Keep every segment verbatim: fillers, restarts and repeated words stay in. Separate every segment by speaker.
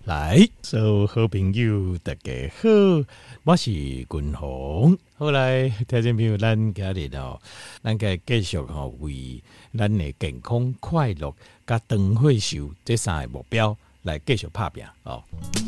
Speaker 1: 来，所有好朋友大家好，我是君鸿。后来听众朋友，咱今日哦，咱该继续吼为咱的健康、快乐、甲长寿寿这三个目标来继续打拼哦。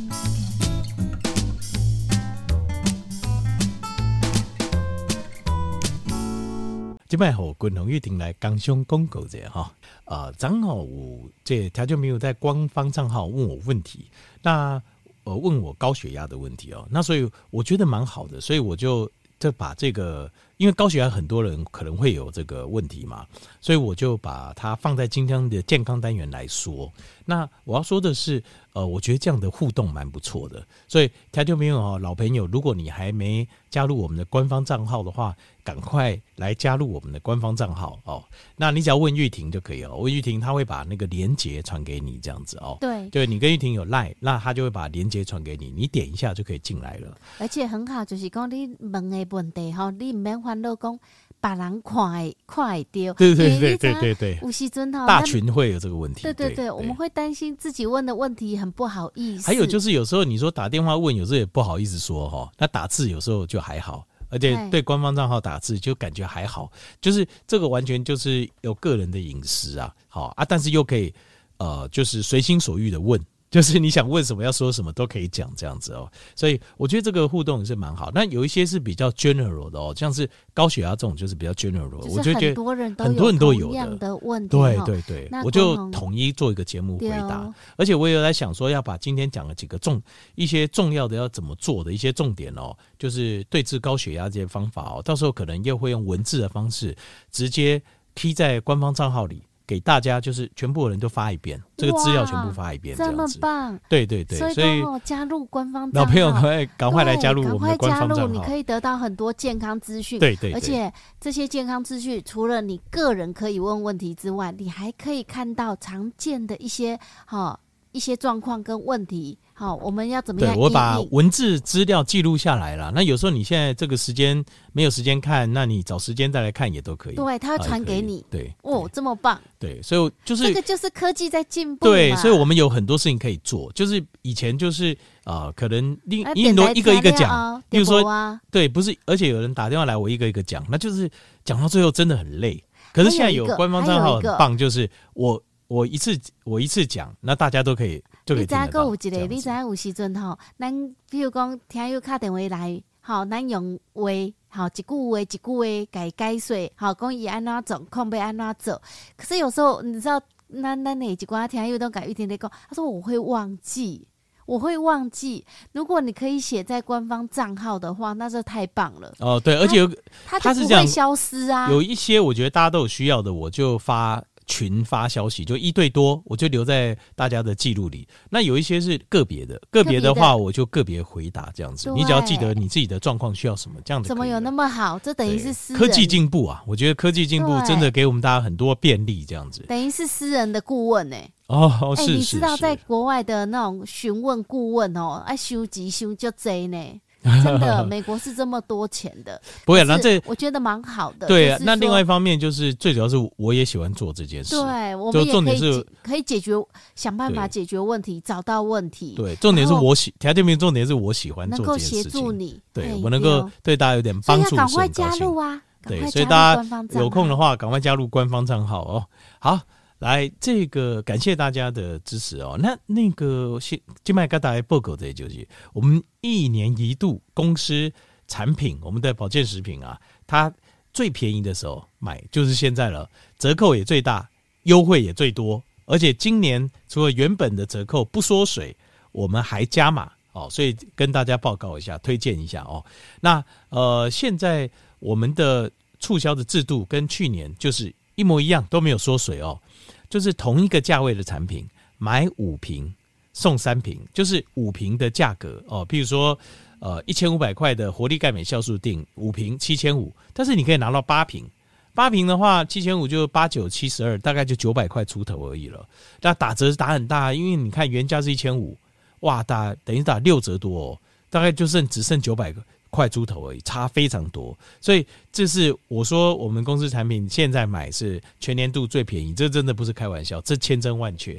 Speaker 1: 即摆吼，君鸿玉婷来工商广告者哈，呃，正好有这听众朋友在官方账号问我问题，那呃问我高血压的问题哦，那所以我觉得蛮好的，所以我就就把这个，因为高血压很多人可能会有这个问题嘛，所以我就把它放在今天的健康单元来说。那我要说的是，呃，我觉得这样的互动蛮不错的，所以听众朋友哦，老朋友，如果你还没加入我们的官方账号的话，赶快来加入我们的官方账号哦。那你只要问玉婷就可以了，问玉婷她会把那个连结传给你，这样子哦。
Speaker 2: 对，
Speaker 1: 对你跟玉婷有 LINE， 那她就会把连结传给你，你点一下就可以进来了。
Speaker 2: 而且很好，就是讲你问的问题吼，你唔免烦恼讲别人看会看会到。
Speaker 1: 对对对对对对，
Speaker 2: 有时阵吼，
Speaker 1: 大群会有这个问题。
Speaker 2: 对对 对,
Speaker 1: 对, 对，
Speaker 2: 我们会担心自己问的问题很不好意思。
Speaker 1: 还有就是有时候你说打电话问，有时候也不好意思说哈，那打字有时候就还好。而且对官方账号打字就感觉还好，就是这个完全就是有个人的隐私啊，好啊，但是又可以呃，就是随心所欲的问，就是你想问什么要说什么都可以讲这样子哦，所以我觉得这个互动也是蛮好。那有一些是比较 general 的哦，像是高血压这种就是比较 general 的，我就觉得
Speaker 2: 很多人都
Speaker 1: 很多人都有
Speaker 2: 同样的问题，
Speaker 1: 对对对，我就统一做一个节目回答。而且我也有在想说，要把今天讲的几个重一些重要的要怎么做的一些重点哦，就是对治高血压这些方法哦，到时候可能又会用文字的方式直接 key 在官方账号里。给大家就是全部的人都发一遍，这个资料全部发一遍，这样子。
Speaker 2: 这么棒！
Speaker 1: 对对对，
Speaker 2: 所以, 所以加入官方账号，
Speaker 1: 老朋友赶快赶快来加入我们的官方账号，
Speaker 2: 赶快加入，你可以得到很多健康资讯。
Speaker 1: 对, 对对，
Speaker 2: 而且这些健康资讯除了你个人可以问问题之外，你还可以看到常见的一些哈一些状况跟问题。好，我们要怎么样？
Speaker 1: 对，我把文字资料记录下来了。那有时候你现在这个时间没有时间看，那你找时间再来看也都可以。
Speaker 2: 对，他会传给你。
Speaker 1: 对，
Speaker 2: 哦，这么棒。
Speaker 1: 对，所以就是
Speaker 2: 这个就是科技在进步嘛。
Speaker 1: 对，所以我们有很多事情可以做。就是以前就是呃，可能另一多一个一个讲，比如说、啊、对，不是，而且有人打电话来，我一个一个讲，那就是讲到最后真的很累。可是现在有官方账号很棒，就是我我一次我一次讲，那大家都可以。
Speaker 2: 你知影还有一个，你知影有时阵吼，咱比如讲听友打电话来，吼，咱用话，吼一句话一句话给解说，吼讲伊安怎做，控要安怎做。可是有时候你知道，咱咱的一寡听友都改一天在讲，他说我会忘记，我会忘记。如果你可以写在官方账号的话，那就太棒了。
Speaker 1: 哦，对，而且有
Speaker 2: 它它就不会消失啊。
Speaker 1: 有一些我觉得大家都有需要的，我就发。群发消息就一对多，我就留在大家的记录里。那有一些是个别的，个别的话我就个别回答这样子。你只要记得你自己的状况需要什么，这样子。
Speaker 2: 怎么有那么好？这等于是私人
Speaker 1: 科技进步啊！我觉得科技进步真的给我们大家很多便利，这样子。
Speaker 2: 等于是私人的顾问哎、欸。
Speaker 1: 哦，是、欸、
Speaker 2: 你知道在国外的那种询问顾问哦，爱收集收就贼呢。真的，美国是这么多钱的，
Speaker 1: 不会，那这
Speaker 2: 我觉得蛮好的。
Speaker 1: 对、啊
Speaker 2: 就是，
Speaker 1: 那另外一方面就是最主要是我也喜欢做这件事。
Speaker 2: 对，我们也可以是可以解决，想办法解决问题，找到问题。
Speaker 1: 对，重点是我喜，条件名重点是我喜欢做这件事情，
Speaker 2: 能够协助你，
Speaker 1: 对我能够对大家有点帮助，
Speaker 2: 赶快加入啊！
Speaker 1: 对，所以大家有空的话，赶快加入官方账号哦。好。来，这个感谢大家的支持哦。那那个现在跟大家报告的就是我们一年一度公司产品，我们的保健食品啊，它最便宜的时候买就是现在了，折扣也最大，优惠也最多，而且今年除了原本的折扣不缩水，我们还加码哦，所以跟大家报告一下，推荐一下哦。那呃，现在我们的促销的制度跟去年就是一模一样，都没有缩水哦。就是同一个价位的产品，买五瓶送三瓶，就是五瓶的价格哦。譬如说，呃，一千五百块的活力钙镁酵素锭五瓶七千五，但是你可以拿到八瓶，八瓶的话七千五就八九七十二，大概就九百块出头而已了。那打折打很大，因为你看原价是一千五，哇，打等于打六折多哦，大概就剩只剩九百块出头而已，差非常多。所以这是我说我们公司产品现在买是全年度最便宜，这真的不是开玩笑，这千真万确。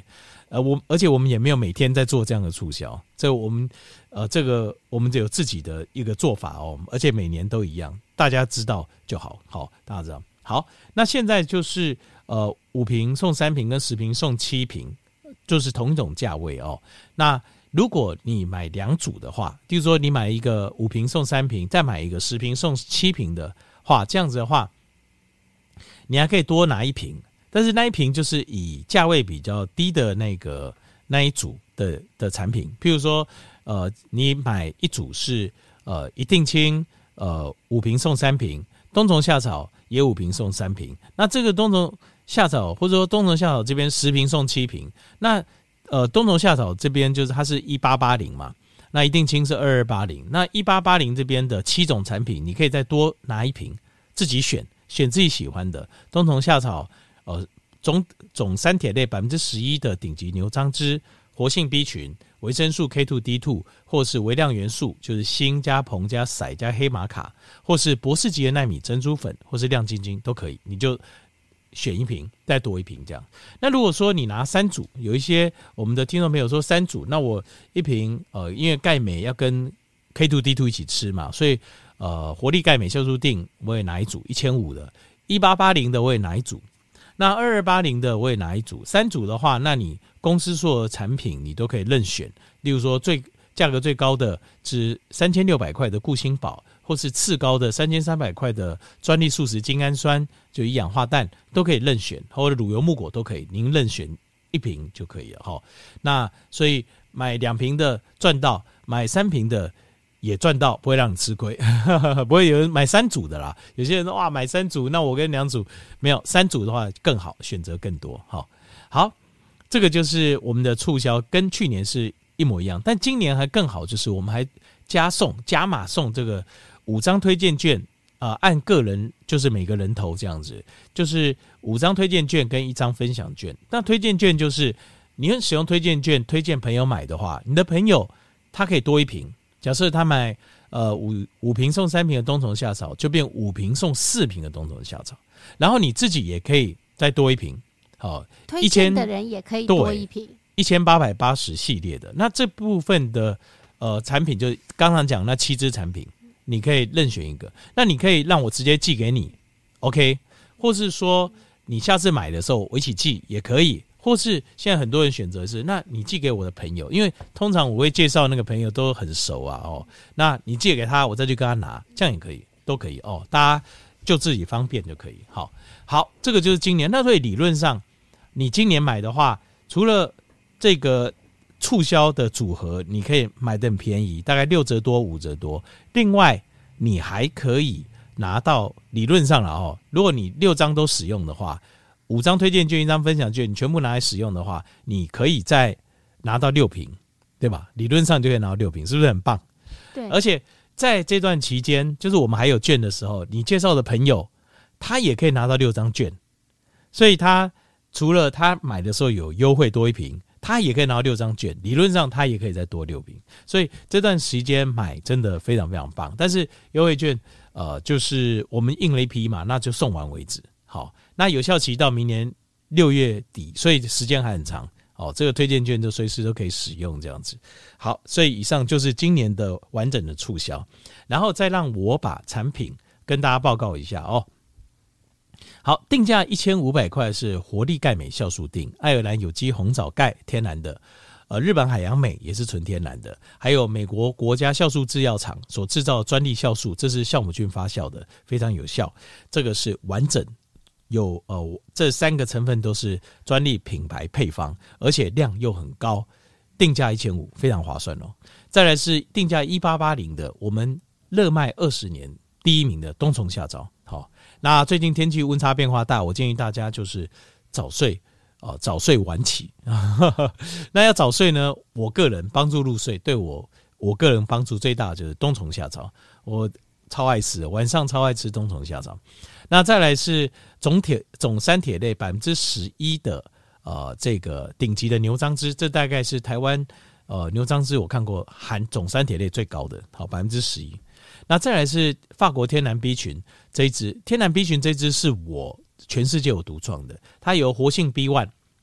Speaker 1: 呃，我而且我们也没有每天在做这样的促销，这我们呃这个我们有自己的一个做法哦，而且每年都一样，大家知道就好，好，大家知道。好，那现在就是呃五瓶送三瓶跟十瓶送七瓶，就是同一种价位哦。那如果你买两组的话，比如说你买一个五瓶送三瓶，再买一个十瓶送七瓶的话，这样子的话，你还可以多拿一瓶。但是那一瓶就是以价位比较低的那个那一组的的产品，譬如说，呃，你买一组是呃一定清，呃五瓶送三瓶，冬虫夏草也五瓶送三瓶。那这个冬虫夏草或者说冬虫夏草这边十瓶送七瓶，那呃冬虫夏草这边就是它是一八八零嘛，那一定清是二二八零，那一八八零这边的七种产品，你可以再多拿一瓶，自己选选自己喜欢的冬虫夏草。呃，总总三铁类百分之十一的顶级牛樟芝、活性 B 群、维生素 K 二 D 二，或是微量元素，就是锌加硼加硒加黑玛卡，或是博士级的奈米珍珠粉，或是亮晶晶都可以，你就选一瓶，再多一瓶这样。那如果说你拿三组，有一些我们的听众朋友说三组，那我一瓶呃，因为钙镁要跟 K 二 D 二一起吃嘛，所以呃，活力钙镁酵素锭我也拿一组一千五百的，一八八零的我也拿一组。那二二八零的我也拿一组，三组的话，那你公司所有的产品你都可以任选。例如说最价格最高的是三千六百块的固心宝，或是次高的三千三百块的专利素食精氨酸，就一氧化氮都可以任选，或者乳油木果都可以，您任选一瓶就可以了哈。那所以买两瓶的赚到，买三瓶的也赚到，不会让你吃亏不会有人买三组的啦，有些人说哇买三组，那我跟两组没有，三组的话更好，选择更多。好，好，这个就是我们的促销，跟去年是一模一样，但今年还更好，就是我们还加送加码送这个五张推荐券啊、呃，按个人就是每个人头这样子，就是五张推荐券跟一张分享券。那推荐券就是你使用推荐券推荐朋友买的话，你的朋友他可以多一瓶。假设他买呃五五瓶送三瓶的冬虫夏草，就变五瓶送四瓶的冬虫夏草，然后你自己也可以再多一瓶，好，
Speaker 2: 推荐的人也可以多一瓶，
Speaker 1: 一千八百八十系列的。那这部分的呃产品，就刚刚讲那七支产品，你可以任选一个。那你可以让我直接寄给你 ，OK， 或是说你下次买的时候我一起寄也可以。或是现在很多人选择是，那你寄给我的朋友，因为通常我会介绍那个朋友都很熟啊，哦，那你寄给他，我再去跟他拿，这样也可以，都可以哦，大家就自己方便就可以。好，好，这个就是今年。那所以理论上，你今年买的话，除了这个促销的组合，你可以买得很便宜，大概六折多、五折多。另外，你还可以拿到理论上了哦，如果你六张都使用的话。五张推荐券，一张分享券，你全部拿来使用的话，你可以再拿到六瓶，对吧？理论上就可以拿到六瓶，是不是很棒？
Speaker 2: 对。
Speaker 1: 而且在这段期间，就是我们还有券的时候，你介绍的朋友，他也可以拿到六张券，所以他除了他买的时候有优惠多一瓶，他也可以拿到六张券，理论上他也可以再多六瓶。所以这段时间买真的非常非常棒。但是优惠券，呃，就是我们印了一批嘛，那就送完为止。好。那有效期到明年六月底，所以时间还很长哦。这个推荐券就随时都可以使用，这样子。好，所以以上就是今年的完整的促销，然后再让我把产品跟大家报告一下哦。好，定价一千五百块是活力钙镁酵素锭，爱尔兰有机红枣钙天然的，呃，日本海洋镁也是纯天然的，还有美国国家酵素制药厂所制造的专利酵素，这是酵母菌发酵的，非常有效。这个是完整。有呃，这三个成分都是专利品牌配方，而且量又很高，定价一千五百，非常划算哦。再来是定价一八八零的，我们热卖二十年第一名的冬虫夏草。好，那最近天气温差变化大，我建议大家就是早睡哦、呃，早睡晚起。那要早睡呢，我个人帮助入睡，对我我个人帮助最大的就是冬虫夏草，我超爱吃，晚上超爱吃冬虫夏草。那再来是总铁总三铁类百分之十一的呃这个顶级的牛樟芝，这大概是台湾呃牛樟芝我看过含总三铁类最高的，好百分之十一。那再来是法国天然 B 群这一支，天然 B 群这一支是我全世界有独创的，它有活性 B 一，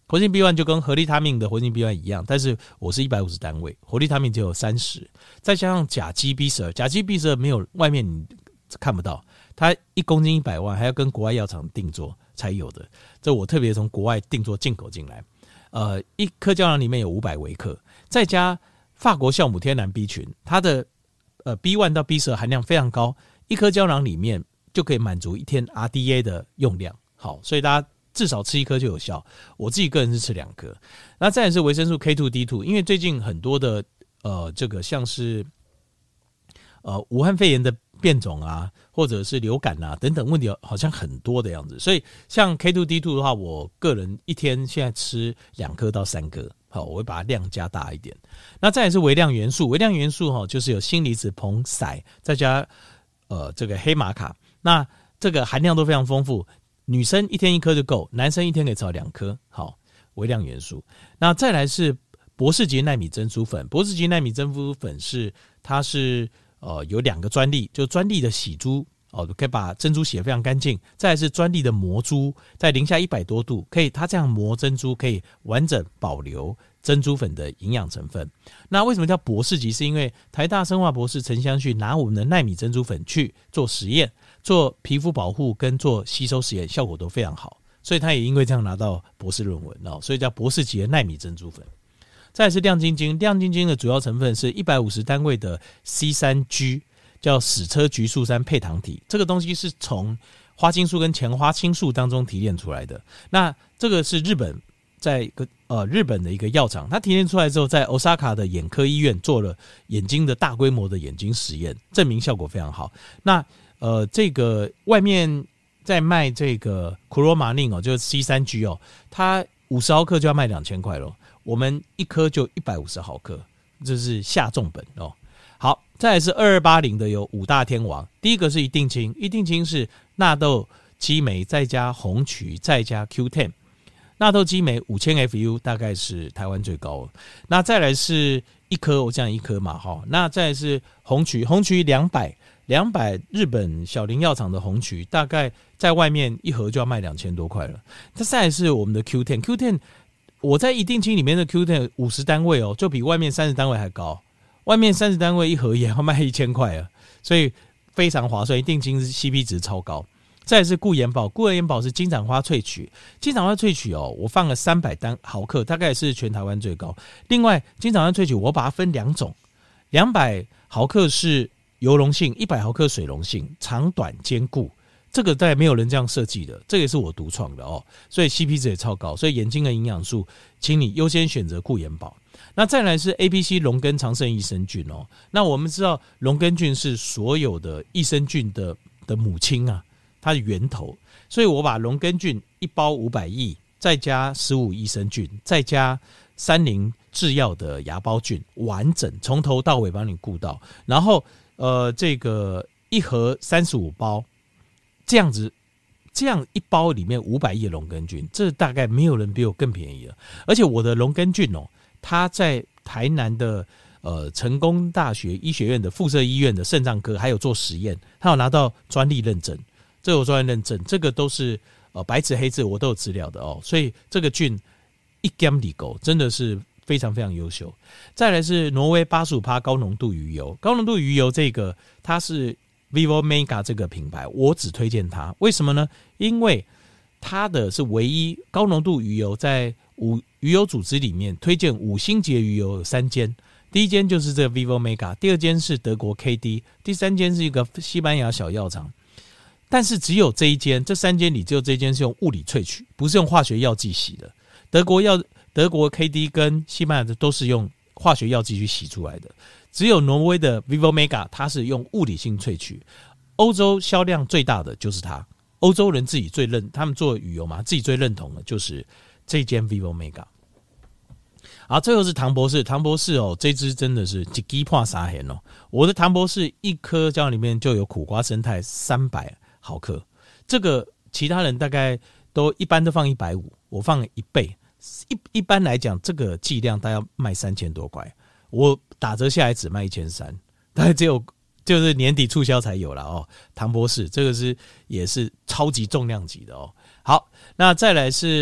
Speaker 1: 活性 B 一 就跟活力他命的活性 B 一 一样，但是我是一百五十单位，活力他命只有三十，再加上甲基 B 十二， 甲基 B 十二 没有外面你看不到，它一公斤一百万，还要跟国外药厂定做才有的，这我特别从国外定做进口进来。呃，一颗胶囊里面有五百微克，再加法国酵母天然 B 群，它的呃 B 一 到 B 十二 含量非常高，一颗胶囊里面就可以满足一天 R D A 的用量。好，所以大家至少吃一颗就有效。我自己个人是吃两颗。那再来是维生素 K 二 D 二， 因为最近很多的呃这个像是呃武汉肺炎的变种啊，或者是流感啊等等问题好像很多的样子，所以像 K 二 D 二 的话，我个人一天现在吃两颗到三颗，好，我会把它量加大一点。那再来是微量元素，微量元素哈就是有锌离子、硼、硒，再加呃这个黑玛卡，那这个含量都非常丰富。女生一天一颗就够，男生一天可以吃到两颗。好，微量元素。那再来是博士级奈米珍珠粉，博士级奈米珍珠粉是它是呃有两个专利，就专利的洗珠哦，可以把珍珠洗得非常干净。再来是专利的磨珠，在零下一百多度，可以它这样磨珍珠可以完整保留珍珠粉的营养成分。那为什么叫博士级？是因为台大生化博士陈香旭拿我们的奈米珍珠粉去做实验，做皮肤保护跟做吸收实验，效果都非常好，所以他也因为这样拿到博士论文哦，所以叫博士级的奈米珍珠粉。再来是亮晶晶，亮晶晶的主要成分是一百五十单位的 C 三 G， 叫矢车菊素酸配糖体，这个东西是从花青素跟前花青素当中提炼出来的。那这个是日本在一个呃日本的一个药厂，它提炼出来之后，在 Osaka 的眼科医院做了眼睛的大规模的眼睛实验，证明效果非常好。那呃这个外面在卖这个 Chlormanin 哦，就是 C 三 G 哦，它五十毫克就要卖两千块咯，我们一颗就一百五十毫克，这是下重本哦。好，再来是二二八零的有五大天王，第一个是一定清，一定清是纳豆激酶再加红曲再加 Q 十， 纳豆激酶五千 F U 大概是台湾最高。那再来是一颗，我讲一颗嘛哈，那再来是红曲，红曲两百两百日本小林药厂的红曲，大概在外面一盒就要卖两千多块了。再来是我们的 Q 十， Q 十我在一定清里面的 Q 十五十单位哦，就比外面三十单位还高。外面三十单位一盒也要卖一千块啊，所以非常划算。一定清 C P 值超高。再来是固眼宝，固眼宝是金盏花萃取，金盏花萃取哦，我放了三百单毫克，大概是全台湾最高。另外金盏花萃取我把它分两种，两百毫克是油溶性，一百毫克水溶性，长短兼顾。这个大概没有人这样设计的，这个也是我独创的哦，所以 C P 值也超高。所以眼睛的营养素，请你优先选择固眼宝。那再来是 A B C 龙根长胜益生菌哦。那我们知道龙根菌是所有的益生菌的的母亲啊，它的源头。所以我把龙根菌一包五百亿，再加十五益生菌，再加三菱制药的芽孢菌，完整从头到尾帮你顾到。然后呃，这个一盒三十五包，这样子。这样一包里面五百亿龙根菌，这大概没有人比我更便宜了。而且我的龙根菌哦，它在台南的呃成功大学医学院的附设医院的肾脏科还有做实验，它有拿到专利认证，这有专利认证，这个都是呃白纸黑字我都有资料的哦。所以这个菌一 gam 里狗真的是非常非常优秀。再来是挪威 百分之八十五 高浓度鱼油，高浓度鱼油这个它是Vivo Mega 这个品牌，我只推荐它，为什么呢？因为它的是唯一高浓度鱼油，在五鱼油组织里面推荐五星级鱼油有三间，第一间就是这个 Vivo Mega， 第二间是德国 K D， 第三间是一个西班牙小药厂。但是只有这一间，这三间里只有这一间是用物理萃取，不是用化学药剂洗的。德国药德国 K D 跟西班牙的都是用化学药剂去洗出来的。只有挪威的 Vivo Mega 它是用物理性萃取，欧洲销量最大的就是它，欧洲人自己最认，他们做鱼油嘛，自己最认同的就是这间 Vivo Mega。好，最后是唐博士，唐博士哦，这支真的是一支破三元哦。我的唐博士一颗胶里面就有苦瓜生态三百毫克，这个其他人大概都一般都放一百五十，我放一倍。一一般来讲，这个剂量大概要卖三千多块。我打折下来只卖一千三，大概只有就是年底促销才有了哦。唐博士这个是也是超级重量级的哦。好，那再来是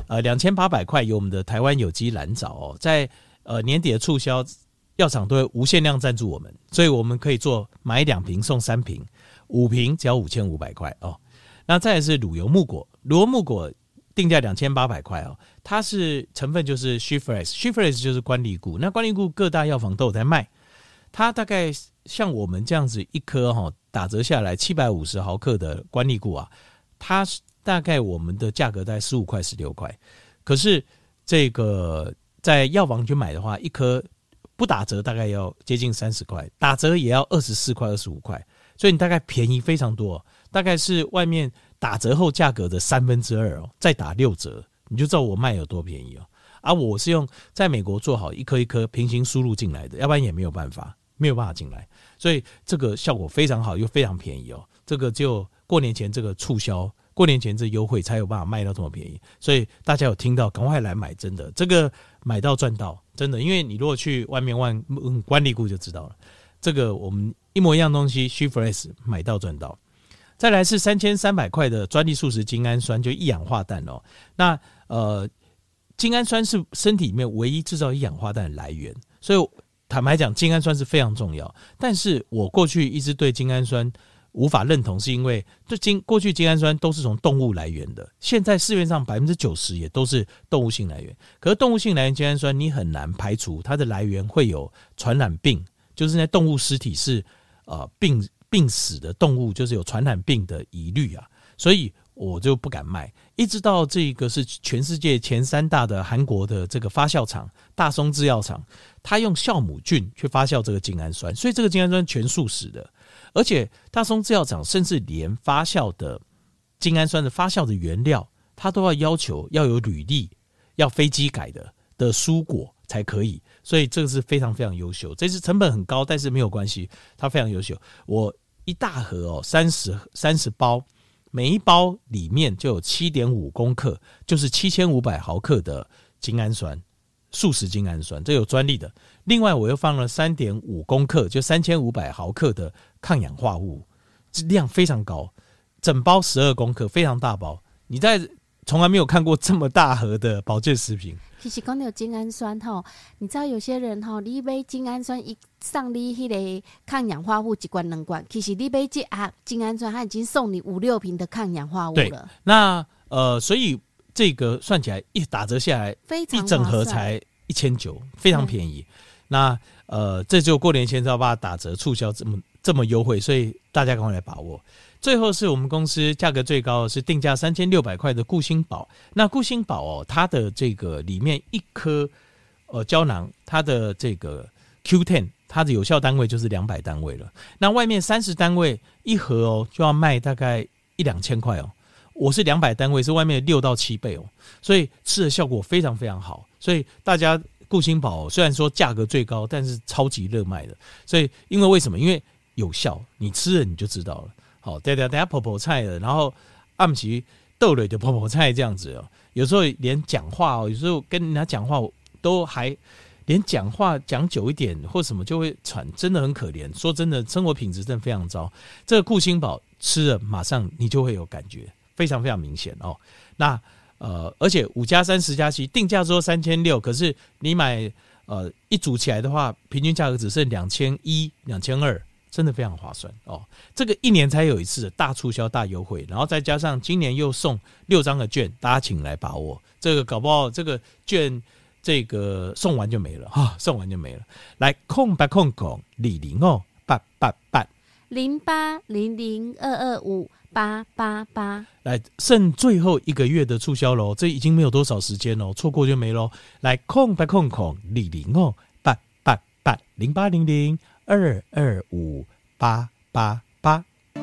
Speaker 1: 呃两千八百块有我们的台湾有机蓝藻哦，在呃年底的促销，药厂都会无限量赞助我们，所以我们可以做买两瓶送三瓶，五瓶只要五千五百块哦。那再来是乳油木果，乳油木果定价两千八百块哦，它是成分就是 Shifrex，Shifrex 就是关利固，那关利固各大药房都有在卖，它大概像我们这样子一颗哈、哦、打折下来七百五十毫克的关利固啊，它大概我们的价格大概十五块十六块，可是这个在药房去买的话，一颗不打折大概要接近三十块，打折也要二十四块二十五块，所以你大概便宜非常多、哦，大概是外面打折后价格的三分之二哦，再打六折，你就知道我卖有多便宜哦。啊，我是用在美国做好一颗一颗平行输入进来的，要不然也没有办法，没有办法进来，所以这个效果非常好，又非常便宜哦。这个只有过年前这个促销，过年前这优惠才有办法卖到这么便宜，所以大家有听到，赶快来买，真的，这个买到赚到，真的，因为你如果去外面问嗯关利固就知道了，这个我们一模一样东西 Shifrex 买到赚到。再来是三千三百块的专利素食精氨酸，就一氧化氮哦。那呃，精氨酸是身体里面唯一制造一氧化氮的来源，所以坦白讲，精氨酸是非常重要。但是我过去一直对精氨酸无法认同，是因为对精过去精氨酸都是从动物来源的，现在市面上百分之九十也都是动物性来源。可是动物性来源精氨酸，你很难排除它的来源会有传染病，就是那动物尸体是呃病。病死的动物就是有传染病的疑虑啊，所以我就不敢卖。一直到这个是全世界前三大的韩国的这个发酵厂大松制药厂，它用酵母菌去发酵这个精氨酸，所以这个精氨酸全素食的，而且大松制药厂甚至连发酵的精氨酸的发酵的原料，它都要要求要有履历，要非基改的的蔬果才可以，所以这个是非常非常优秀。这是成本很高，但是没有关系，它非常优秀。我一大盒哦，三十三十包，每一包里面就有七点五公克，就是七千五百毫克的精氨酸，素食精氨酸，这有专利的。另外我又放了三点五公克，就三千五百毫克的抗氧化物，量非常高，整包十二公克，非常大包。你在从来没有看过这么大盒的保健食品。
Speaker 2: 其实讲到精氨酸吼，你知道有些人吼，你买精氨酸一上你迄个抗氧化物一罐两罐，其实你买这啊精氨酸，它已经送你五六瓶的抗氧化物了。
Speaker 1: 对，那呃，所以这个算起来一打折下来，
Speaker 2: 非常
Speaker 1: 一整盒才一千九，非常便宜。那呃，这就过年前才要把它打折促销这么这么优惠，所以大家赶快来把握。最后是我们公司价格最高的是定价三千六百块的固心宝。那固心宝哦，它的这个里面一颗呃胶囊，它的这个 Q 十， 它的有效单位就是两百单位了。那外面三十单位一盒哦，就要卖大概一两千块哦。我是两百单位，是外面的六到七倍哦，所以吃的效果非常非常好。所以大家固心宝、哦、虽然说价格最高，但是超级热卖的。所以因为为什么？因为有效，你吃了你就知道了。好，等下等下泡泡菜了，然后暗时豆类的泡泡菜这样子哦。有时候连讲话哦，有时候跟人家讲话都还连讲话讲久一点或什么就会喘，真的很可怜。说真的，生活品质真的非常糟。这个固心宝吃了，马上你就会有感觉，非常非常明显哦。那呃，而且五加三十加七定价说三千六，可是你买呃一组起来的话，平均价格只剩两千一、两千二。真的非常划算哦！这个一年才有一次的大促销、大优惠，然后再加上今年又送六张的券，大家请来把握。这个搞不好这个券这个送完就没了啊，送完就没了。来空八空空李零哦八八八
Speaker 2: 零八零零二二五八八八，
Speaker 1: 来剩最后一个月的促销喽，这已经没有多少时间喽，错过就没喽。来空八空空李零哦八八八零八零零。二二五八八八，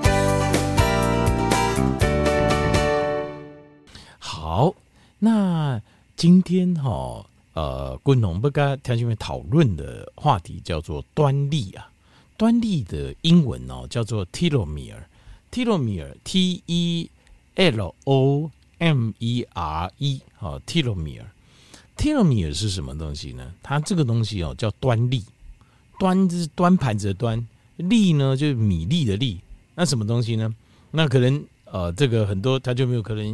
Speaker 1: 好，那今天哈、哦，呃，昆农不跟条件讨论的话题叫做端粒啊，端粒的英文哦叫做 telomere，telomere，T E L O M E R E， 好 ，telomere，telomere 是什么东西呢？它这个东西哦叫端粒。端就是端盘子的端，粒呢就是米粒的粒。那什么东西呢？那可能呃，这个很多他就没有可能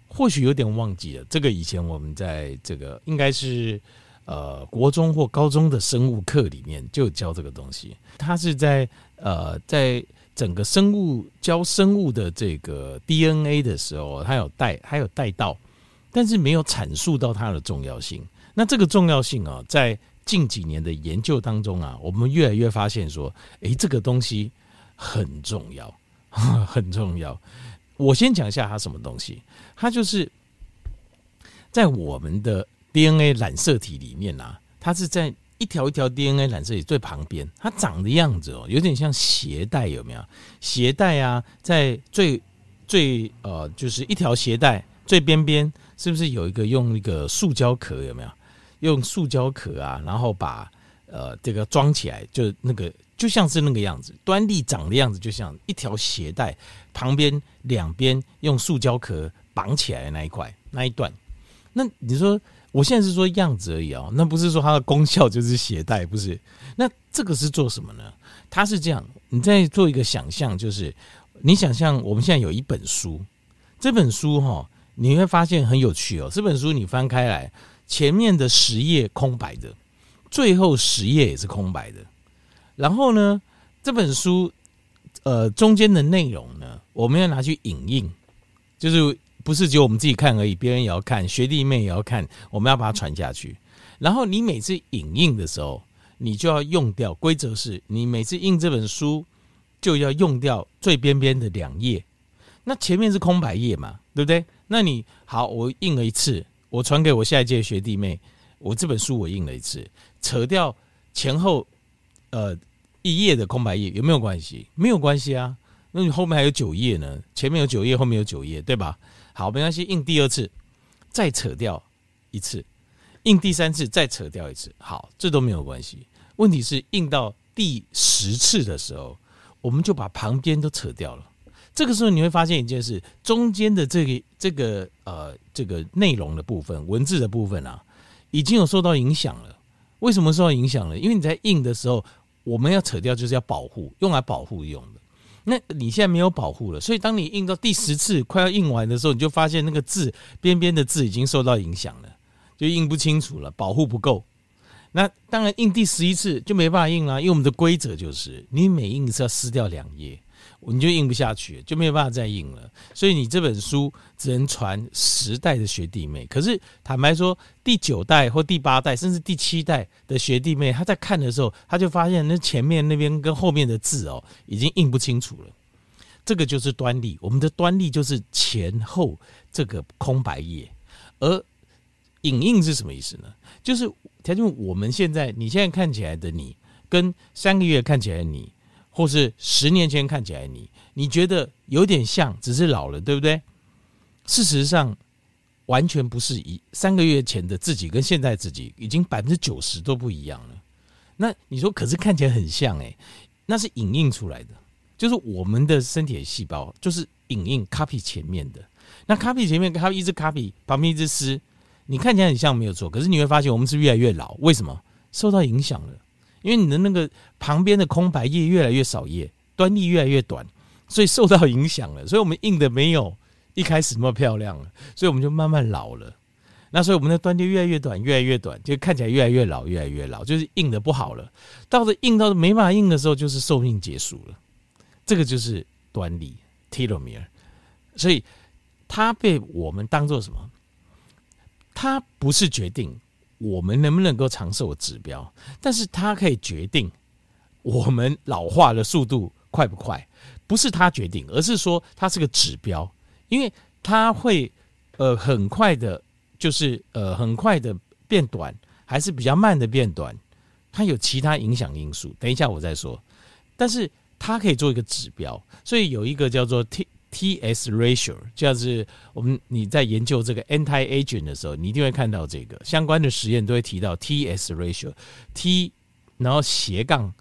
Speaker 1: 或许有点忘记了，这个以前我们在这个应该是呃国中或高中的生物课里面就有教这个东西。它是在呃在整个生物教生物的这个 D N A 的时候，它有带还有带到，但是没有阐述到它的重要性。那这个重要性啊，在近几年的研究当中啊，我们越来越发现说，哎，这个东西很重要，很重要。我先讲一下它什么东西，它就是在我们的 D N A 染色体里面啊，它是在一条一条 D N A 染色体最旁边，它长的样子哦，有点像鞋带，有没有？鞋带啊，在最最呃，就是一条鞋带最边边，是不是有一个用一个塑胶壳？有没有？用塑胶壳啊，然后把呃这个装起来，就那个。就像是那个样子，端粒长的样子，就像一条鞋带旁边两边用塑胶壳绑起来的那一块那一段。那你说，我现在是说样子而已哦，那不是说它的功效就是鞋带，不是？那这个是做什么呢？它是这样，你再做一个想象，就是你想象我们现在有一本书，这本书哈、哦，你会发现很有趣哦。这本书你翻开来，前面的十页空白的，最后十页也是空白的。然后呢，这本书呃中间的内容呢，我们要拿去影印，就是不是只有我们自己看而已，别人也要看，学弟妹也要看，我们要把它传下去。然后你每次影印的时候，你就要用掉，规则是你每次印这本书就要用掉最边边的两页，那前面是空白页嘛，对不对？那你好，我印了一次，我传给我下一届学弟妹，我这本书我印了一次，扯掉前后呃。一页的空白页有没有关系？没有关系啊，那你后面还有九页呢，前面有九页，后面有九页，对吧？好，没关系，印第二次，再扯掉一次，印第三次再扯掉一次，好，这都没有关系。问题是印到第十次的时候，我们就把旁边都扯掉了。这个时候你会发现一件事，中间的这个这个呃这个内容的部分，文字的部分啊，已经有受到影响了。为什么受到影响了？因为你在印的时候，我们要扯掉就是要保护，用来保护用的。那你现在没有保护了，所以当你印到第十次快要印完的时候，你就发现那个字边边的字已经受到影响了，就印不清楚了，保护不够。那当然印第十一次就没办法印了，因为我们的规则就是你每印一次要撕掉两页，你就印不下去，就没有办法再印了。所以你这本书只能传十代的学弟妹。可是坦白说，第九代或第八代甚至第七代的学弟妹，他在看的时候，他就发现那前面那边跟后面的字哦，已经印不清楚了。这个就是端粒，我们的端粒就是前后这个空白页。而影印是什么意思呢？就是条件我们现在你现在看起来的你，跟三个月看起来的你，或是十年前看起来的你，你觉得有点像，只是老了，对不对？事实上，完全不是一三个月前的自己跟现在自己已经百分之九十都不一样了。那你说，可是看起来很像哎、欸，那是影印出来的，就是我们的身体的细胞就是影印 copy 前面的。那 copy 前面，它一直 copy 旁边一直撕，你看起来很像没有错，可是你会发现我们是越来越老，为什么？受到影响了。因为你的那个旁边的空白页越来越少页，端粒越来越短，所以受到影响了。所以我们印的没有一开始那么漂亮了，所以我们就慢慢老了。那所以我们的端粒越来越短，越来越短，就看起来越来越老，越来越老，就是印的不好了。到了印到没办法印的时候，就是寿命结束了。这个就是端粒 telomere， 所以它被我们当作什么？它不是决定我们能不能够长寿的指标，但是它可以决定我们老化的速度快不快。不是它决定，而是说它是个指标，因为它会呃很快的，就是呃很快的变短，还是比较慢的变短，它有其他影响因素。等一下我再说，但是它可以做一个指标，所以有一个叫做 T T S ratio， 就是我们你在研究这个 anti-aging 的时候，你一定会看到这个相关的实验都会提到 T S ratio，T 然后斜杠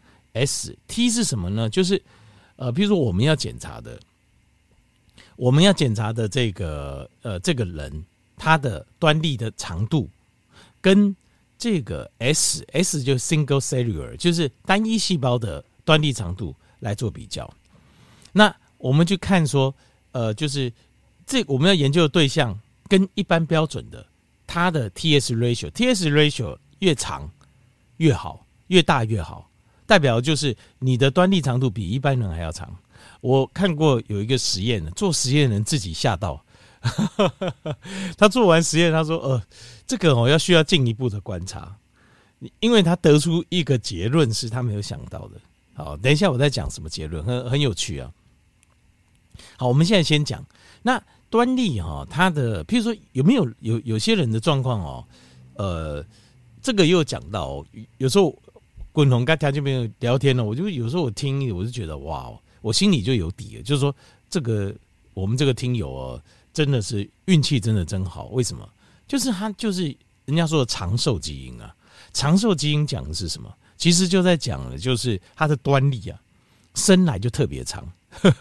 Speaker 1: S，T 是什么呢？就是呃，比如说我们要检查的，我们要检查的这个呃这个人他的端粒的长度，跟这个 S S 就是 single cellular， 就是单一细胞的端粒长度来做比较。那我们去看说，呃，就是这我们要研究的对象跟一般标准的，它的 T S ratio，T S ratio 越长越好，越大越好，代表就是你的端粒长度比一般人还要长。我看过有一个实验，做实验的人自己吓到，他做完实验，他说：“呃，这个哦要需要进一步的观察，因为他得出一个结论是他没有想到的。”好，等一下我再讲什么结论，很很有趣啊。好，我们现在先讲那端粒哈，它的譬如说有没有有有些人的状况哦，呃，这个又讲到、哦、有时候滚筒跟他这边聊天呢，我就有时候我听，我就觉得哇，我心里就有底了，就是说这个我们这个听友哦，真的是运气真的真好。为什么？就是他就是人家说的长寿基因啊，长寿基因讲的是什么？其实就在讲的就是它的端粒啊，生来就特别长。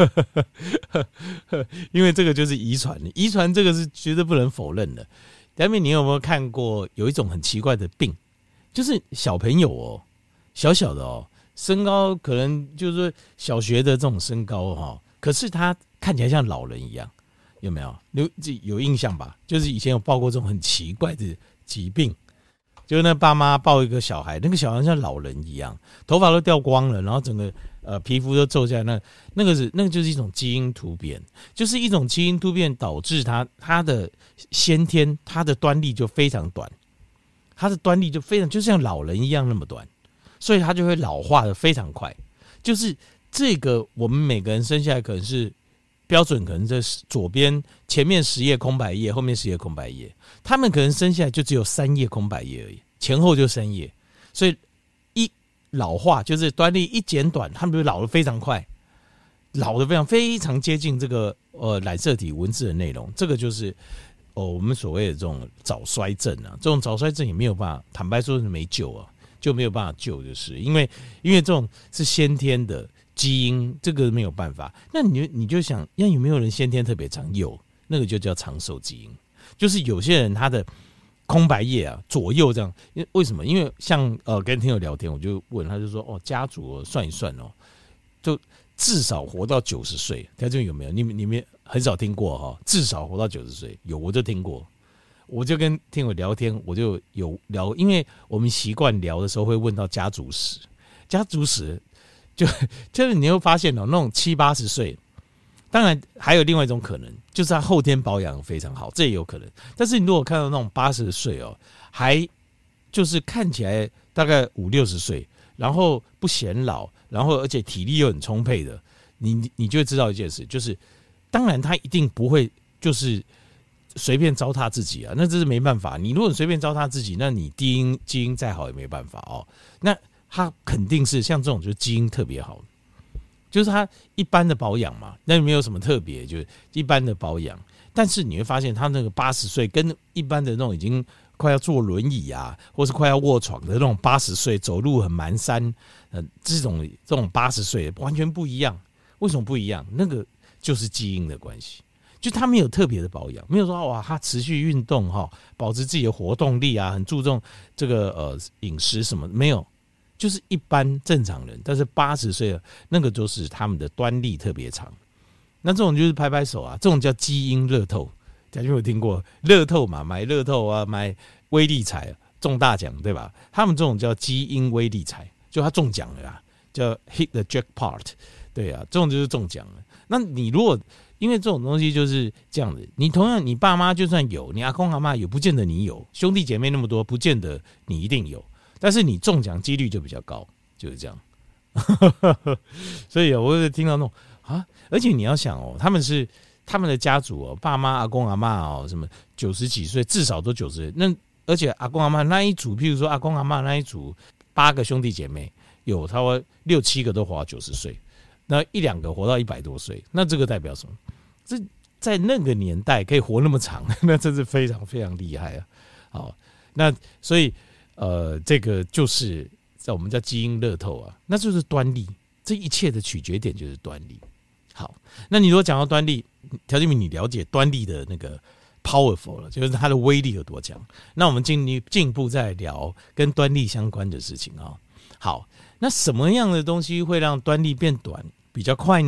Speaker 1: 因为这个就是遗传，遗传这个是绝对不能否认的。但是你有没有看过有一种很奇怪的病，就是小朋友哦，小小的哦，身高可能就是说小学的这种身高哦，可是他看起来像老人一样，有没有？有有印象吧？就是以前有报过这种很奇怪的疾病。就那爸妈抱一个小孩，那个小孩像老人一样，头发都掉光了，然后整个呃皮肤都皱下来，那那个是那个就是一种基因突变，就是一种基因突变导致他他的先天他的端粒就非常短，他的端粒就非常就像老人一样那么短，所以他就会老化的非常快。就是这个我们每个人生下来可能是标准，可能在左边前面十页空白页，后面十页空白页。他们可能生下来就只有三页空白页而已，前后就三页，所以一老化就是端粒一减短，他们就老得非常快，老得非常非常接近这个呃染色体文字的内容。这个就是哦我们所谓的这种早衰症啊，这种早衰症也没有办法，坦白说是没救啊，就没有办法救，就是因为因为这种是先天的基因，这个没有办法。那你你就想，那有没有人先天特别长？有，那个就叫长寿基因。就是有些人他的空白页啊左右这样，为什么？因为像呃跟听友聊天，我就问他就说哦，家族、哦、算一算哦，就至少活到九十岁，他这有没有？你们你们很少听过哈、哦，至少活到九十岁，有我就听过，我就跟听友聊天，我就有聊，因为我们习惯聊的时候会问到家族史，家族史就就是你会发现哦，那种七八十岁。当然还有另外一种可能，就是他后天保养非常好，这也有可能。但是你如果看到那种八十岁哦，还就是看起来大概五六十岁，然后不显老，然后而且体力又很充沛的，你你就会知道一件事，就是当然他一定不会就是随便糟蹋自己啊，那这是没办法。你如果随便糟蹋自己，那你基因基因再好也没办法哦。那他肯定是像这种就是基因特别好。就是他一般的保养嘛，那没有什么特别，就是一般的保养。但是你会发现，他那个八十岁跟一般的那种已经快要坐轮椅啊，或是快要卧床的那种八十岁走路很蹒跚，呃，这种这种八十岁完全不一样。为什么不一样？那个就是基因的关系，就他没有特别的保养，没有说哇，他持续运动哈，保持自己的活动力啊，很注重这个呃饮食什么，没有。就是一般正常人，但是八十岁了，那个就是他们的端粒特别长。那这种就是拍拍手啊，这种叫基因乐透。大家有听过乐透嘛？买乐透啊，买威力彩中大奖，对吧？他们这种叫基因威力彩，就他中奖了啦，叫 hit the jackpot。对啊，这种就是中奖了。那你如果因为这种东西就是这样子，你同样你爸妈就算有，你阿公阿嬷也不见得你有，兄弟姐妹那么多，不见得你一定有。但是你中奖几率就比较高，就是这样。所以我会听到那种啊，而且你要想哦，他们是他们的家族哦，爸妈、阿公、阿嬷哦，什么九十几岁，至少都九十岁。那而且阿公阿嬷那一组，譬如说阿公阿嬷那一组八个兄弟姐妹，有差不多六七个都活到九十岁，那一两个活到一百多岁，那这个代表什么？这在那个年代可以活那么长，那真是非常非常厉害啊！好，那所以。呃，这个就是在我们叫基因乐透啊，那就是端粒，这一切的取决点就是端粒。好，那你如果讲到端粒，条件明你了解端粒的那个 powerful 了，就是它的威力有多强。那我们进进一步再聊跟端粒相关的事情啊。好，那什么样的东西会让端粒变短比较快呢？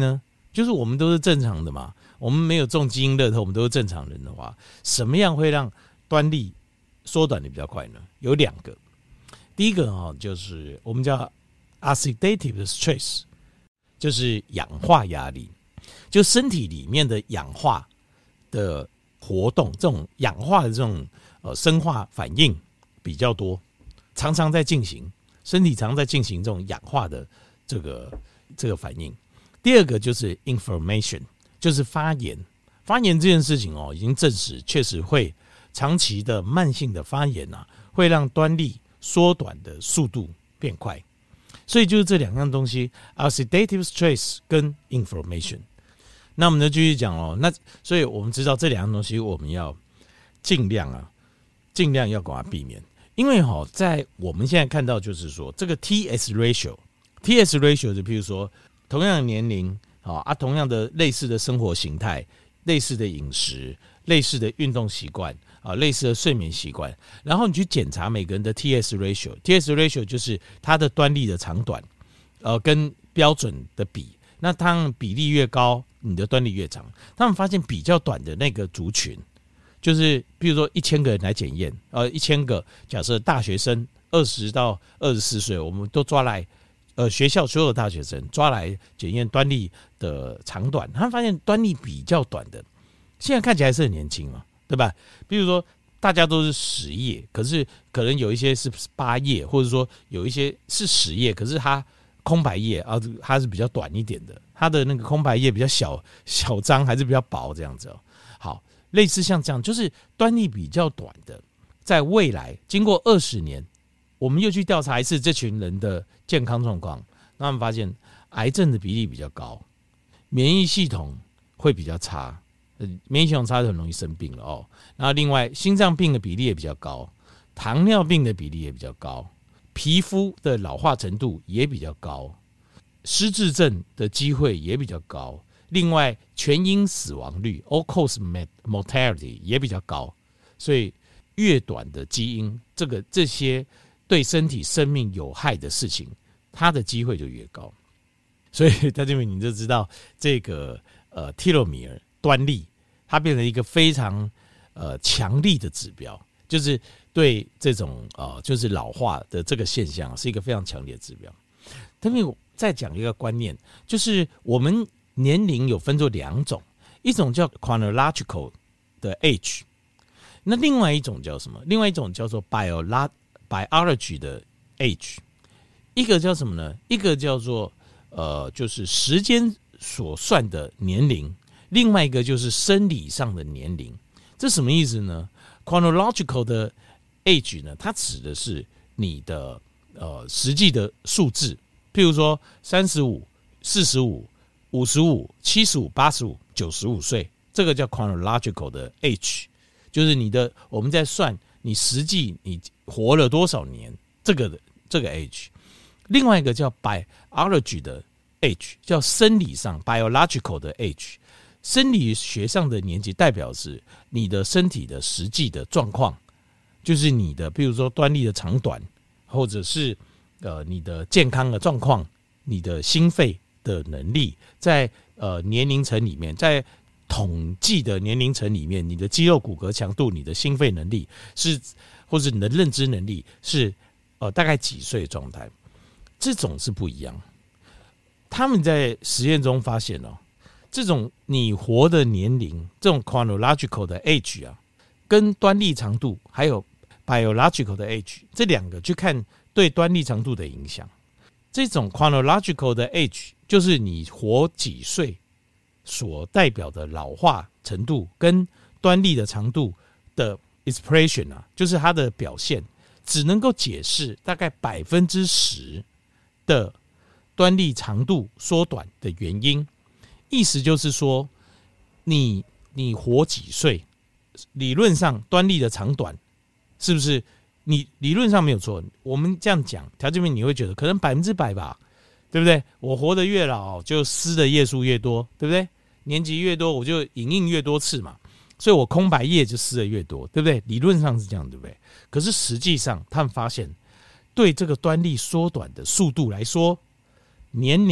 Speaker 1: 就是我们都是正常的嘛，我们没有中基因乐透，我们都是正常人的话，什么样会让端粒缩短的比较快呢？有两个，第一个哦，就是我们叫 oxidative stress， 就是氧化压力，就身体里面的氧化的活动，这种氧化的这种呃生化反应比较多，常常在进行，身体常常在进行这种氧化的这个这个反应。第二个就是 inflammation， 就是发炎。发炎这件事情哦，已经证实确实会长期的慢性的发炎啊，会让端粒缩短的速度变快。所以就是这两样东西 ，oxidative stress 跟 inflammation。那我们就继续讲哦。那所以我们知道这两样东西，我们要尽量啊，尽量要把它避免。因为哈、哦，在我们现在看到就是说，这个 T S ratio，T S ratio 就譬如说。同样的年龄啊，同样的类似的生活形态、类似的饮食、类似的运动习惯啊、类似的睡眠习惯，然后你去检查每个人的 T S ratio，T S ratio 就是它的端粒的长短，呃，跟标准的比。那当然比例越高，你的端粒越长。他们发现比较短的那个族群，就是比如说一千个人来检验，呃，一千个假设大学生二十到二十四岁，我们都抓来。呃，学校所有的大学生抓来检验端粒的长短，他们发现端粒比较短的，现在看起来是很年轻嘛，对吧？比如说大家都是十页，可是可能有一些是八页，或者说有一些是十页，可是它空白页啊，它是比较短一点的，它的那个空白页比较小小张，还是比较薄这样子哦。好，类似像这样，就是端粒比较短的，在未来经过二十年。我们又去调查一次这群人的健康状况，那我们发现癌症的比例比较高，免疫系统会比较差，免疫系统差就很容易生病了哦。然后另外心脏病的比例也比较高，糖尿病的比例也比较高，皮肤的老化程度也比较高，失智症的机会也比较高。另外全因死亡率 all cause mortality 也比较高，所以越短的基因，这个这些。对身体生命有害的事情，它的机会就越高。所以在这边你就知道这个呃 telomere 端粒，它变成一个非常呃强力的指标，就是对这种呃就是老化的这个现象是一个非常强烈的指标。这边再讲一个观念，就是我们年龄有分作两种，一种叫 chronological 的 age， 那另外一种叫什么？另外一种叫做 biological。biology 的 age， 一个叫什么呢？一个叫做呃，就是时间所算的年龄，另外一个就是生理上的年龄。这什么意思呢 ？chronological 的 age 呢，它指的是你的呃实际的数字，譬如说三十五、四十五、五十五、七十五、八十五、九十五岁，这个叫 chronological 的 age， 就是你的我们在算。你实际你活了多少年？这个的这个 age， 另外一个叫 biology 的 age， 叫生理上 biological 的 age， 生理学上的年纪代表是你的身体的实际的状况，就是你的，比如说端粒的长短，或者是呃你的健康的状况，你的心肺的能力，在呃年龄层里面，在统计的年龄层里面，你的肌肉骨骼强度、你的心肺能力是，或者你的认知能力是，呃，大概几岁的状态，这种是不一样。他们在实验中发现哦，这种你活的年龄，这种 chronological 的 age 啊，跟端粒长度还有 biological 的 age 这两个去看对端粒长度的影响。这种 chronological 的 age 就是你活几岁。所代表的老化程度跟端粒的长度的 expression 啊，就是它的表现，只能够解释大概百分之十的端粒长度缩短的原因。意思就是说，你你活几岁，理论上端粒的长短是不是你理论上没有错？我们这样讲，条件面你会觉得可能百分之百吧，对不对？我活得越老，就撕的页数越多，对不对？年纪越多，我就影印越多次嘛，所以我空白页就撕的越多，对不对？理论上是这样，对不对？可是实际上，他们发现，对这个端粒缩短的速度来说，年龄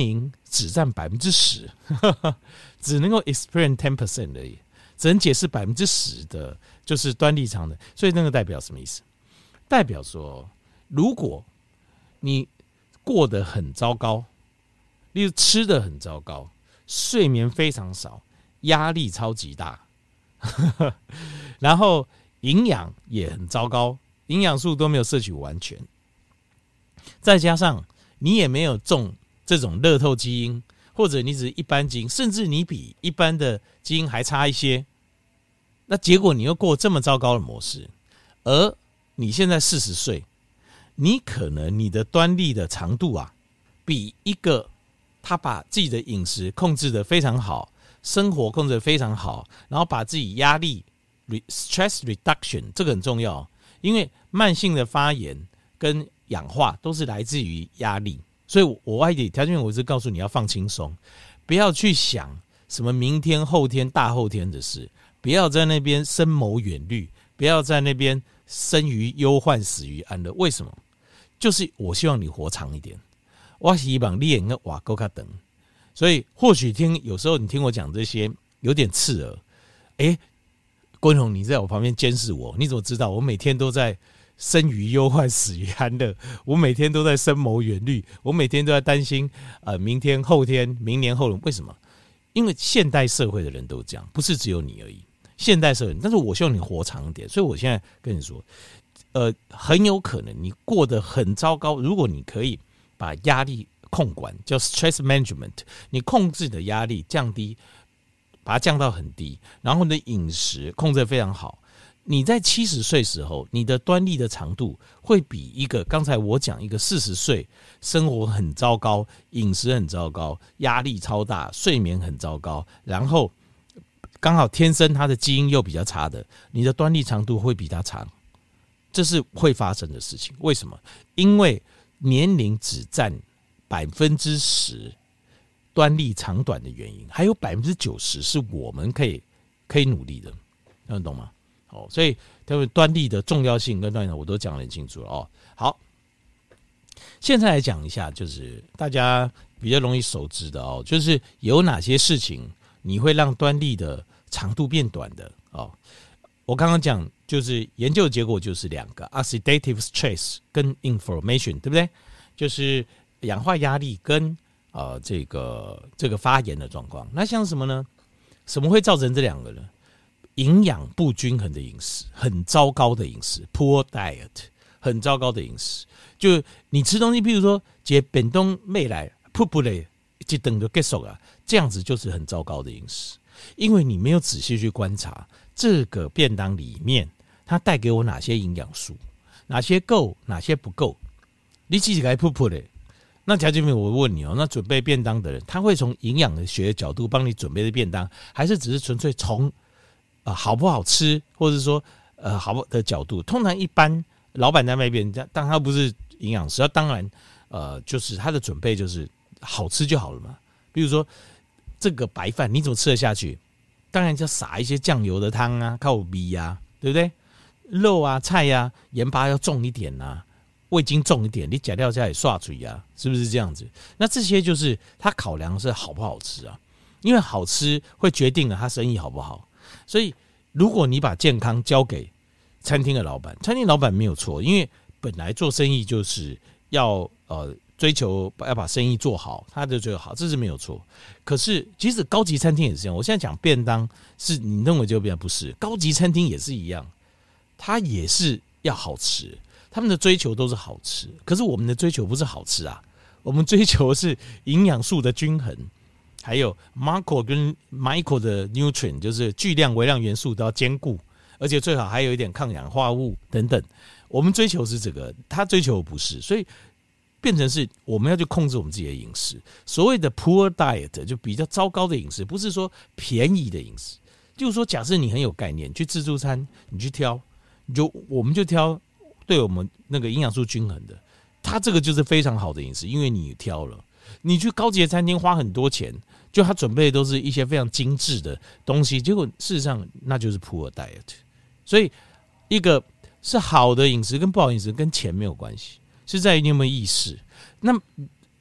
Speaker 1: 只占百分之十，只能够 explain ten percent 而已，只能解释百分之十的，就是端粒长短。所以那个代表什么意思？代表说，如果你过得很糟糕，例如吃得很糟糕，睡眠非常少，压力超级大，然后营养也很糟糕，营养素都没有摄取完全，再加上你也没有中这种乐透基因，或者你只是一般基因，甚至你比一般的基因还差一些，那结果你又过这么糟糕的模式，而你现在四十岁，你可能你的端粒的长度啊，比一个他把自己的饮食控制得非常好，生活控制得非常好，然后把自己压力 stress reduction 这个很重要，因为慢性的发炎跟氧化都是来自于压力。所以我外地条件我是告诉你要放轻松，不要去想什么明天后天大后天的事，不要在那边深谋远虑，不要在那边生于忧患死于安乐。为什么？就是我希望你活长一点，我希望你能活够较长。所以或许听有时候你听我讲这些有点刺耳，哎，关宏你在我旁边监视我，你怎么知道我每天都在生于忧患死于安乐？我每天都在深谋远虑，我每天都在担心呃，明天后天明年后年。为什么？因为现代社会的人都这样，不是只有你而已，现代社会。但是我希望你活长一点，所以我现在跟你说呃，很有可能你过得很糟糕，如果你可以把压力控管，叫 stress management， 你控制你的压力降低，把它降到很低，然后你的饮食控制得非常好，你在七十岁时候，你的端粒的长度会比一个刚才我讲一个四十岁生活很糟糕，饮食很糟糕，压力超大，睡眠很糟糕，然后刚好天生他的基因又比较差的，你的端粒长度会比他长，这是会发生的事情。为什么？因为年龄只占百分之十端粒长短的原因，还有百分之九十是我们可以可以努力的，能懂吗？哦，所以他们端粒的重要性跟端粒我都讲得很清楚了哦。好，现在来讲一下，就是大家比较容易熟知的哦，就是有哪些事情你会让端粒的长度变短的哦。我刚刚讲就是研究结果就是两个 oxidative stress 跟 inflammation， 对不对？就是氧化压力跟呃这个这个发炎的状况。那像什么呢？什么会造成这两个呢？营养不均衡的饮食，很糟糕的饮食 ，poor diet， 很糟糕的饮食。就你吃东西，譬如说，节便当没来，噗噗嘞，一顿就结束了，这样子就是很糟糕的饮食，因为你没有仔细去观察这个便当里面它带给我哪些营养素，哪些够，哪些不够。你自己该噗噗嘞。那条件面我问你哦，那准备便当的人，他会从营养学的角度帮你准备的便当，还是只是纯粹从呃，好不好吃，或者说呃好不的角度？通常一般老板在卖便当，当他不是营养师，他当然呃就是他的准备就是好吃就好了嘛。比如说这个白饭你怎么吃得下去？当然就撒一些酱油的汤啊，靠米啊，对不对？肉啊菜啊，盐巴要重一点啊，味精重一点，你假料家也刷嘴啊，是不是这样子？那这些就是他考量是好不好吃啊，因为好吃会决定了他生意好不好。所以，如果你把健康交给餐厅的老板，餐厅老板没有错，因为本来做生意就是要呃追求要把生意做好，他就觉得好，这是没有错。可是，即使高级餐厅也是这样。我现在讲便当，是你认为就便当，不是高级餐厅也是一样，它也是要好吃，他们的追求都是好吃。可是我们的追求不是好吃啊，我们追求是营养素的均衡。还有 macro 跟 micro 的 nutrient， 就是巨量微量元素都要兼顾，而且最好还有一点抗氧化物等等。我们追求是这个，他追求不是，所以变成是我们要去控制我们自己的饮食。所谓的 poor diet 就比较糟糕的饮食，不是说便宜的饮食，就是说假设你很有概念，去自助餐你去挑，你就我们就挑对我们那个营养素均衡的，它这个就是非常好的饮食，因为你挑了。你去高级的餐厅花很多钱，就他准备的都是一些非常精致的东西，结果事实上那就是 poor diet。所以一个是好的饮食跟不好的饮食跟钱没有关系，是在于你有没有意识。那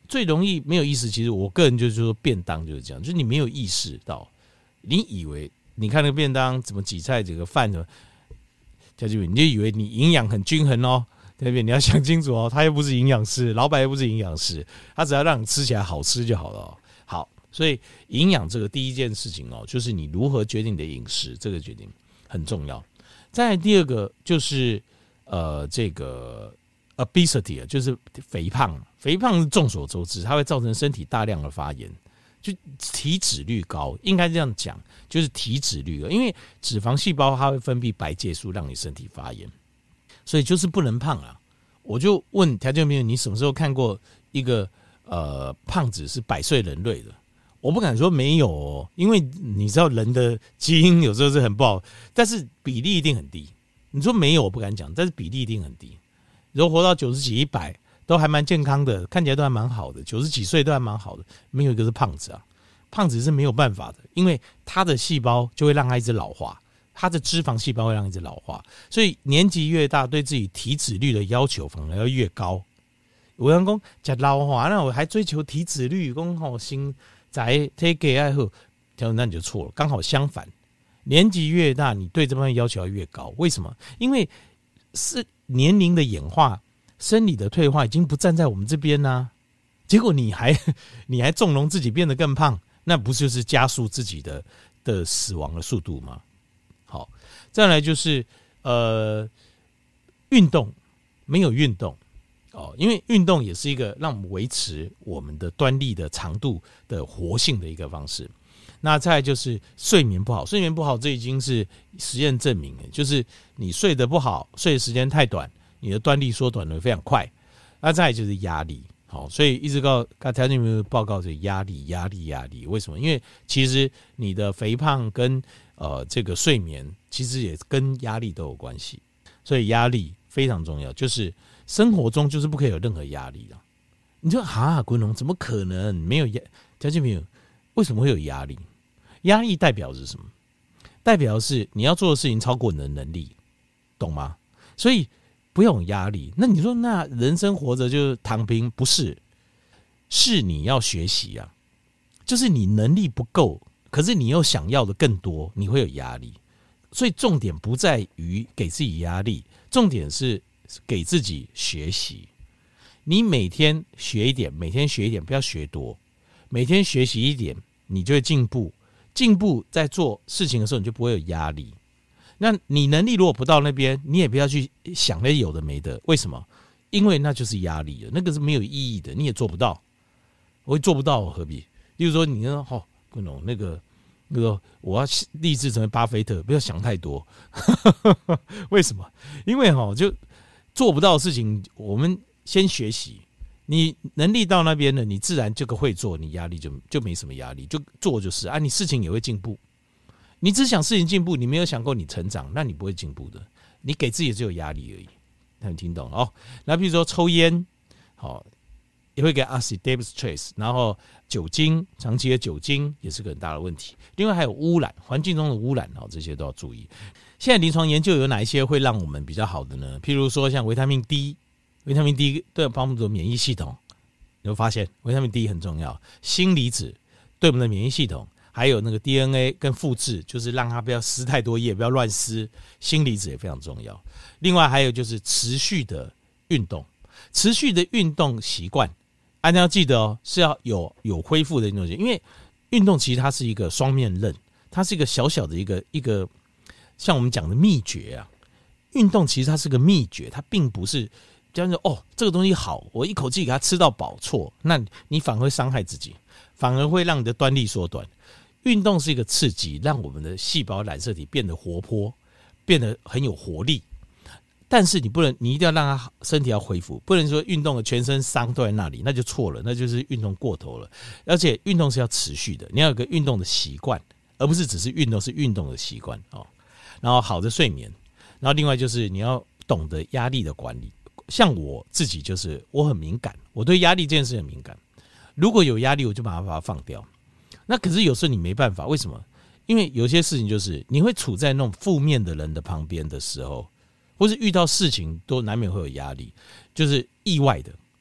Speaker 1: 最容易没有意识，其实我个人就是说便当就是这样，就是你没有意识到，你以为你看那个便当怎么几菜几个饭什么，你就以为你营养很均衡哦，对不对？你要想清楚哦，他又不是营养师，老板又不是营养师，他只要让你吃起来好吃就好了哦。好，所以营养这个第一件事情哦，就是你如何决定你的饮食，这个决定很重要。再来第二个就是呃这个 obesity 就是肥胖，肥胖是众所周知，它会造成身体大量的发炎，就体脂率高，应该这样讲，就是体脂率高，因为脂肪细胞它会分泌白介素让你身体发炎，所以就是不能胖啊。我就问条件朋友，你什么时候看过一个呃胖子是百岁人类的？我不敢说没有哦，因为你知道人的基因有时候是很不好，但是比例一定很低。你说没有我不敢讲，但是比例一定很低。如果活到九十几、一百都还蛮健康的，看起来都还蛮好的，九十几岁都还蛮好的，没有一个是胖子啊。胖子是没有办法的，因为他的细胞就会让他一直老化，他的脂肪细胞会让他一直老化，所以年纪越大，对自己体脂率的要求反而要越高。有人说吃老化，那我还追求体脂率，说好心在体格爱好，那你就错了。刚好相反，年纪越大，你对这方面要求要越高。为什么？因为是年龄的演化，生理的退化已经不站在我们这边啦、啊。结果你还你还纵容自己变得更胖，那不就是加速自己的的死亡的速度吗？好，再来就是呃运动，没有运动哦，因为运动也是一个让我们维持我们的端粒的长度的活性的一个方式。那再来就是睡眠不好，睡眠不好这已经是实验证明了，就是你睡得不好，睡的时间太短，你的端粒缩短得非常快。那再来就是压力。好，所以一直告刚才你们报告这压力，压力，压力，为什么？因为其实你的肥胖跟呃这个睡眠，其实也跟压力都有关系，所以压力非常重要。就是生活中就是不可以有任何压力的。你说哈，国农怎么可能没有压？条件没有，为什么会有压力？压力代表是什么？代表是你要做的事情超过你的能力，懂吗？所以不要有压力。那你说，那人生活着就是躺平？不是，是你要学习啊。就是你能力不够，可是你又想要的更多，你会有压力。所以重点不在于给自己压力，重点是给自己学习。你每天学一点，每天学一点，不要学多。每天学习一点，你就会进步。进步在做事情的时候，你就不会有压力。那你能力如果不到那边，你也不要去想那有的没的。为什么？因为那就是压力了，那个是没有意义的，你也做不到。我做不到，我何必？例如说，你说哦，不能那个那个，我要立志成为巴菲特，不要想太多。为什么？因为哈，就做不到的事情，我们先学习。你能力到那边了，你自然这个会做，你压力就就没什么压力，就做就是啊，你事情也会进步。你只想事情进步，你没有想过你成长，那你不会进步的。你给自己只有压力而已。那你听懂哦？那比如说抽烟，好、哦，也会给 oxidative stress， 然后酒精，长期的酒精也是个很大的问题。另外还有污染，环境中的污染哦，这些都要注意。现在临床研究有哪一些会让我们比较好的呢？譬如说像维他命 D。维他命 D 对帮助免疫系统，你会发现维他命 D 很重要。锌离子对我们的免疫系统，还有那个 D N A 跟复制，就是让它不要撕太多页，不要乱撕。锌离子也非常重要。另外还有就是持续的运动，持续的运动习惯，大家要记得哦，是要有有恢复的运动习惯，因为运动其实它是一个双面刃，它是一个小小的一个一个像我们讲的秘诀啊。运动其实它是个秘诀，它并不是。这样说哦，这个东西好，我一口气给它吃到饱，错，那你反而会伤害自己，反而会让你的端粒缩短。运动是一个刺激，让我们的细胞染色体变得活泼，变得很有活力。但是你不能，你一定要让它身体要恢复，不能说运动的全身伤都在那里，那就错了，那就是运动过头了。而且运动是要持续的，你要有个运动的习惯，而不是只是运动，是运动的习惯哦。然后好的睡眠，然后另外就是你要懂得压力的管理。像我自己就是我很敏感，我对压力这件事很敏感。如果有压力，我就把它把它放掉。那可是有时候你没办法，为什么？因为有些事情就是你会处在那种负面的人的旁边的时候，或是遇到事情都难免会有压力，就是意外的，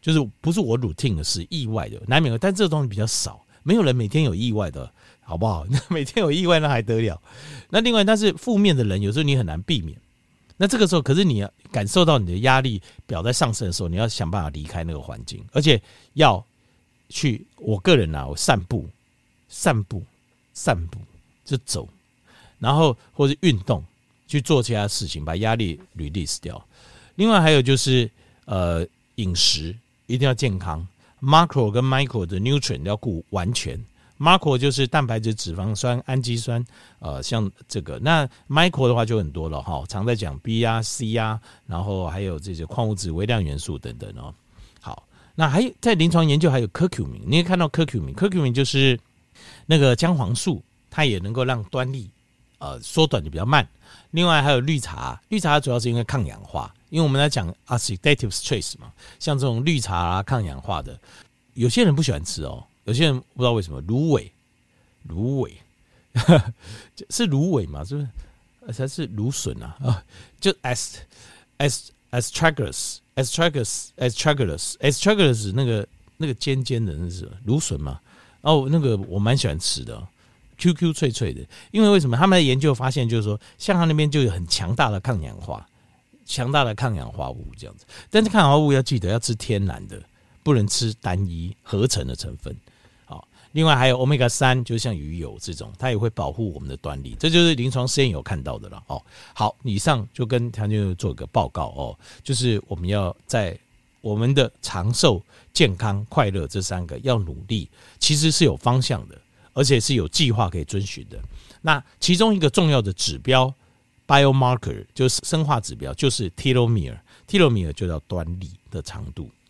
Speaker 1: 就是不是我 routine 的事，意外的难免有，但这个东西比较少，没有人每天有意外的，好不好？每天有意外那还得了？那另外，但是负面的人有时候你很难避免。那这个时候，可是你感受到你的压力表在上升的时候，你要想办法离开那个环境，而且要去，我个人啊，我散步、散步、散步就走，然后或者运动去做其他事情，把压力 release 掉。另外还有就是呃饮食一定要健康 ，macro 跟 micro 的 nutrient 要顾完全。macro 就是蛋白质、脂肪酸、氨基酸，呃，像这个。那 micro 的话就很多了哈，常在讲 B 啊、C 啊，然后还有这些矿物质、微量元素等等哦。好，那还有在临床研究还有 curcumin， 你也看到 curcumin，curcumin 就是那个姜黄素，它也能够让端粒呃缩短的比较慢。另外还有绿茶，绿茶主要是因为抗氧化，因为我们在讲 oxidative stress 嘛，像这种绿茶啊抗氧化的，有些人不喜欢吃哦。有些人不知道为什么芦苇，芦苇是芦苇嘛？是不是？还是芦笋啊？啊，就 as as astragalus astragalus astragalus astragalus 那个那个尖尖的那是芦笋嘛？哦，那个我蛮喜欢吃的 ，Q Q 脆脆的。因为为什么？他们的研究发现就是说，像它那边就有很强大的抗氧化，强大的抗氧化物这样子。但是抗氧化物要记得要吃天然的，不能吃单一合成的成分。另外还有 欧米伽三， 就像鱼油这种，它也会保护我们的端粒，这就是临床实验有看到的了哦。好，以上就跟谭教授做个报告哦，就是我们要在我们的长寿、健康、快乐这三个要努力，其实是有方向的，而且是有计划可以遵循的。那其中一个重要的指标 biomarker 就是生化指标，就是 telomere， telomere 就叫端粒的长度。